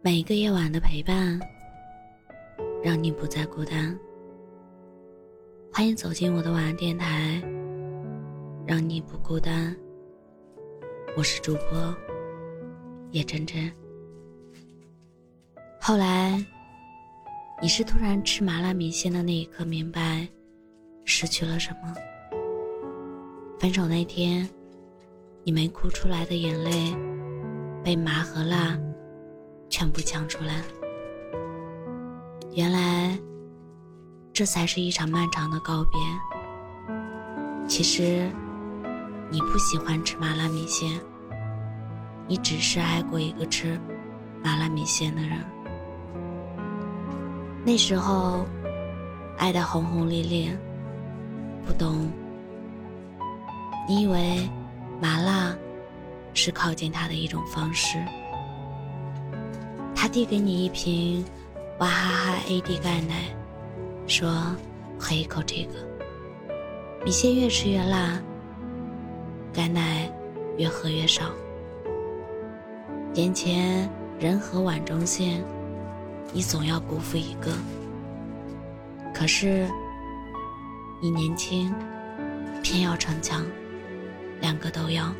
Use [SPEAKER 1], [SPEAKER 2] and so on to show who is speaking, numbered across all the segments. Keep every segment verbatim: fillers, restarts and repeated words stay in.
[SPEAKER 1] 每一个夜晚的陪伴，让你不再孤单。欢迎走进我的晚安电台，让你不孤单。我是主播叶真真。后来，你是突然吃麻辣米线的那一刻明白失去了什么。分手那天，你没哭出来的眼泪被麻和辣全部呛出来。原来这才是一场漫长的告别。其实你不喜欢吃麻辣米线，你只是爱过一个吃麻辣米线的人。那时候爱得轰轰烈烈，不懂，你以为麻辣是靠近他的一种方式。他递给你一瓶娃哈哈 A D 钙奶，说喝一口这个。米线越吃越辣，钙奶越喝越少。眼前人和碗中线，你总要辜负一个。可是你年轻，偏要逞强，两个都要。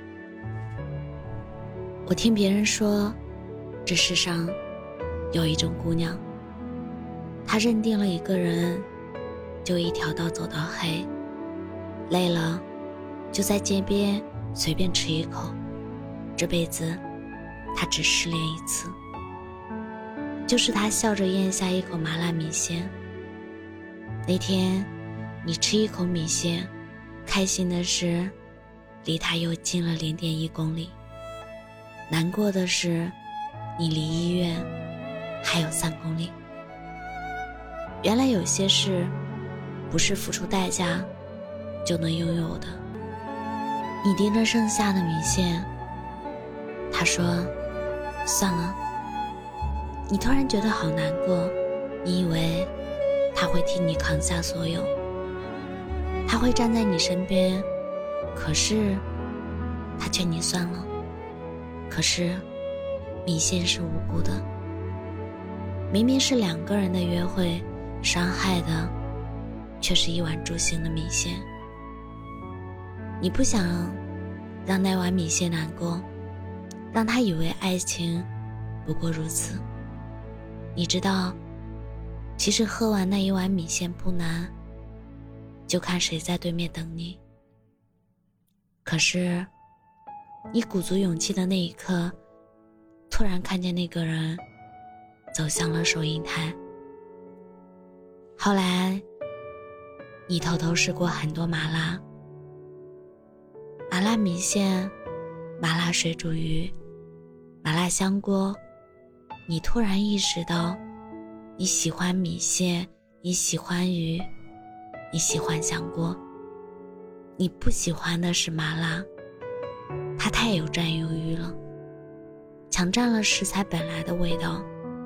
[SPEAKER 1] 我听别人说，这世上有一种姑娘，她认定了一个人就一条道走到黑，累了就在街边随便吃一口，这辈子她只失恋一次。就是她笑着咽下一口麻辣米线。那天你吃一口米线，开心的是离她又近了 零点一公里，难过的是你离医院还有三公里。原来有些事不是付出代价就能拥有的。你盯着剩下的米线，他说算了。你突然觉得好难过，你以为他会替你扛下所有，他会站在你身边，可是他劝你算了。可是米线是无辜的，明明是两个人的约会，伤害的却是一碗诛心的米线。你不想让那碗米线难过，让他以为爱情不过如此。你知道，其实喝完那一碗米线不难，就看谁在对面等你。可是你鼓足勇气的那一刻，突然看见那个人走向了收银台。后来你偷偷试过很多麻辣，麻辣米线，麻辣水煮鱼，麻辣香锅。你突然意识到，你喜欢米线，你喜欢鱼，你喜欢香锅，你不喜欢的是麻辣，它太有占有欲了，抢占了食材本来的味道。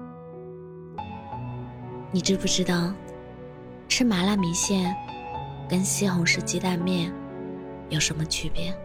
[SPEAKER 1] 你知不知道，吃麻辣米线跟西红柿鸡蛋面有什么区别？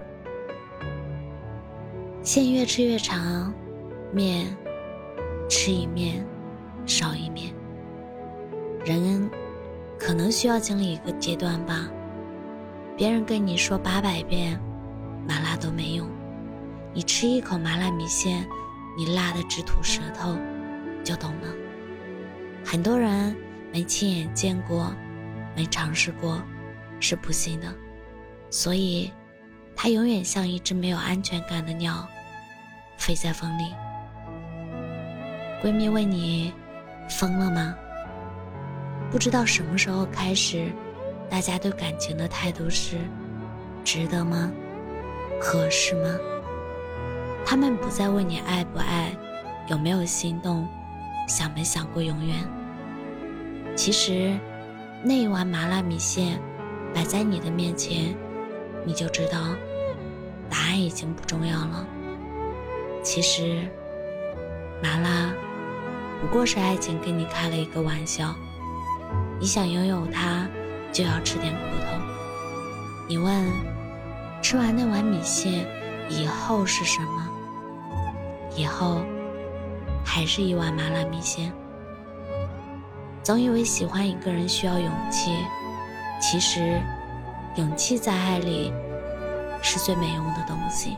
[SPEAKER 1] 线越吃越长，面吃一面少一面。人可能需要经历一个阶段吧，别人跟你说八百遍麻辣都没用，你吃一口麻辣米线，你辣得直吐舌头，就懂了。很多人没亲眼见过，没尝试过，是不信的，所以他永远像一只没有安全感的鸟，飞在风里。闺蜜问你疯了吗？不知道什么时候开始，大家对感情的态度是值得吗？合适吗？他们不再问你爱不爱，有没有心动，想没想过永远。其实那一碗麻辣米线摆在你的面前，你就知道答案已经不重要了。其实麻辣不过是爱情跟你开了一个玩笑，你想拥有它，就要吃点苦头。你问，吃完那碗米线以后是什么？以后还还是一碗麻辣米线。总以为喜欢一个人需要勇气，其实勇气在爱里是最没用的东西。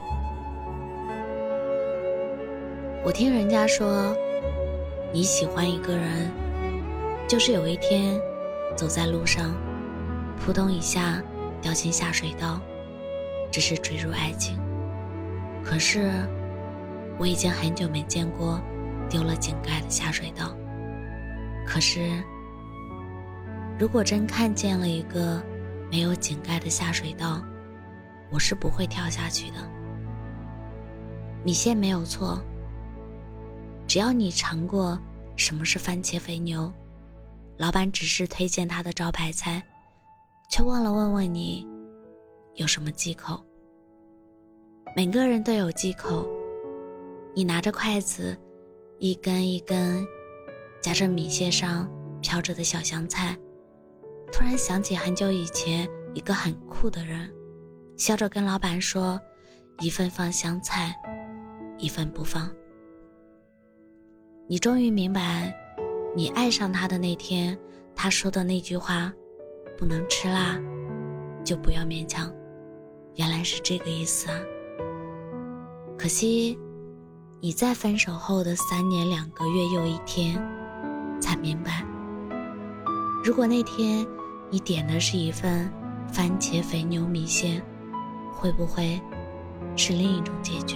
[SPEAKER 1] 我听人家说，你喜欢一个人，就是有一天走在路上，扑通一下掉进下水道，只是坠入爱情。可是我已经很久没见过丢了井盖的下水道。可是如果真看见了一个没有井盖的下水道，我是不会跳下去的。米线没有错，只要你尝过什么是番茄肥牛，老板只是推荐他的招牌菜，却忘了问问你有什么忌口。每个人都有忌口，你拿着筷子一根一根夹着米线上飘着的小香菜，突然想起很久以前一个很酷的人，笑着跟老板说，一份放香菜，一份不放。你终于明白，你爱上他的那天，他说的那句话，不能吃辣就不要勉强，原来是这个意思啊。可惜你在分手后的三年两个月又一天才明白，如果那天你点的是一份番茄肥牛米线，会不会是另一种结局？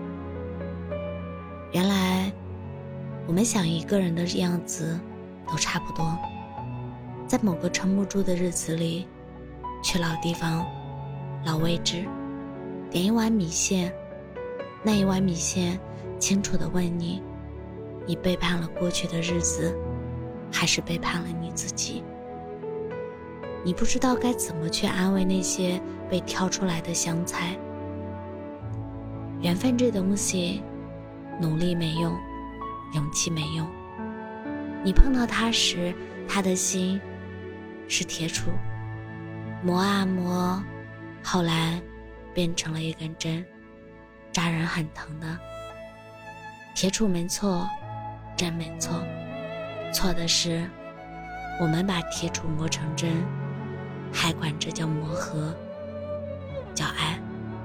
[SPEAKER 1] 原来我们想一个人的样子都差不多，在某个撑不住的日子里，去老地方老位置点一碗米线，那一碗米线清楚地问你，你背叛了过去的日子，还是背叛了你自己？你不知道该怎么去安慰那些被挑出来的香菜。缘分这东西，努力没用，勇气没用。你碰到他时，他的心是铁杵，磨啊磨，后来变成了一根针，扎人很疼的。铁杵没错，针没错，错的是我们把铁杵磨成针，还管这叫磨合，叫爱。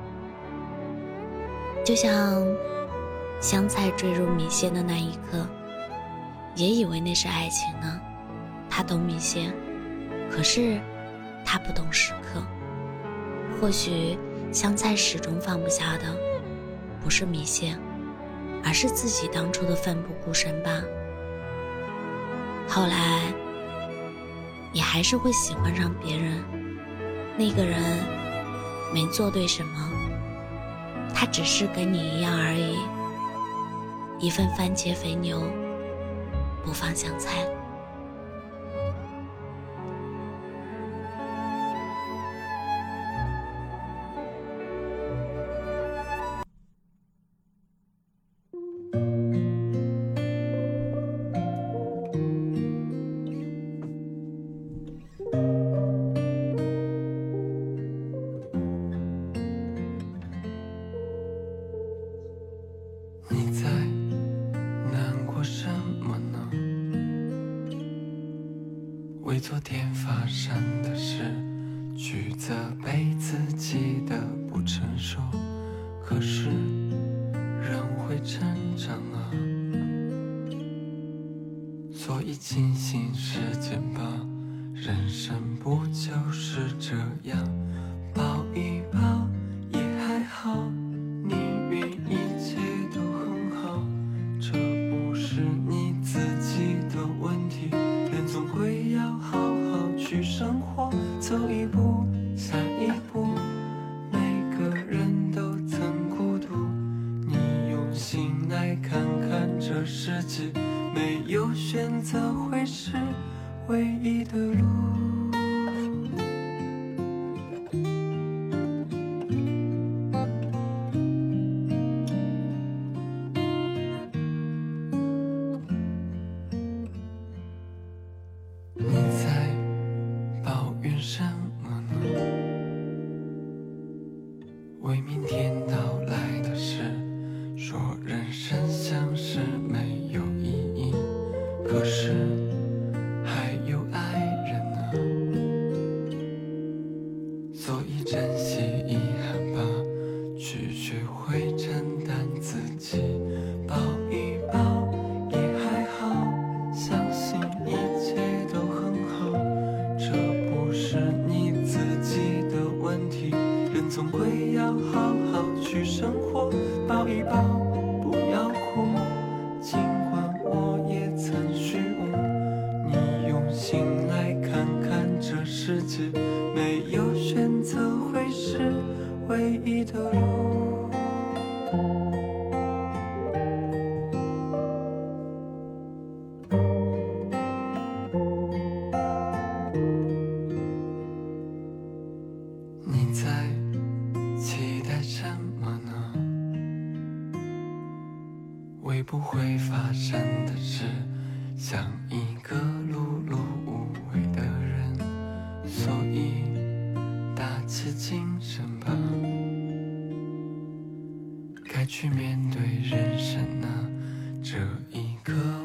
[SPEAKER 1] 就像香菜坠入米线的那一刻，也以为那是爱情呢。他懂米线，可是他不懂时刻。或许香菜始终放不下的不是米线，而是自己当初的奋不顾身吧。后来你还是会喜欢上别人，那个人没做对什么，他只是跟你一样而已，一份番茄肥牛，不放香菜。
[SPEAKER 2] 你在难过什么呢？为昨天发生的事去责备自己的不成熟，可是人会成长啊，所以庆幸时间吧，人生不就是这样，抱一抱也还好，你愿一切都很好，这不是你自己的问题，人总归要好好去生活，走一步下一步，每个人都曾孤独，你用心来看看这世界，没有选择会是唯一的路。你在抱怨什么呢？为明天到来的事，说人生像是没有会发生的事，像一个碌碌无为的人，所以打起精神吧，该去面对人生啊，这一刻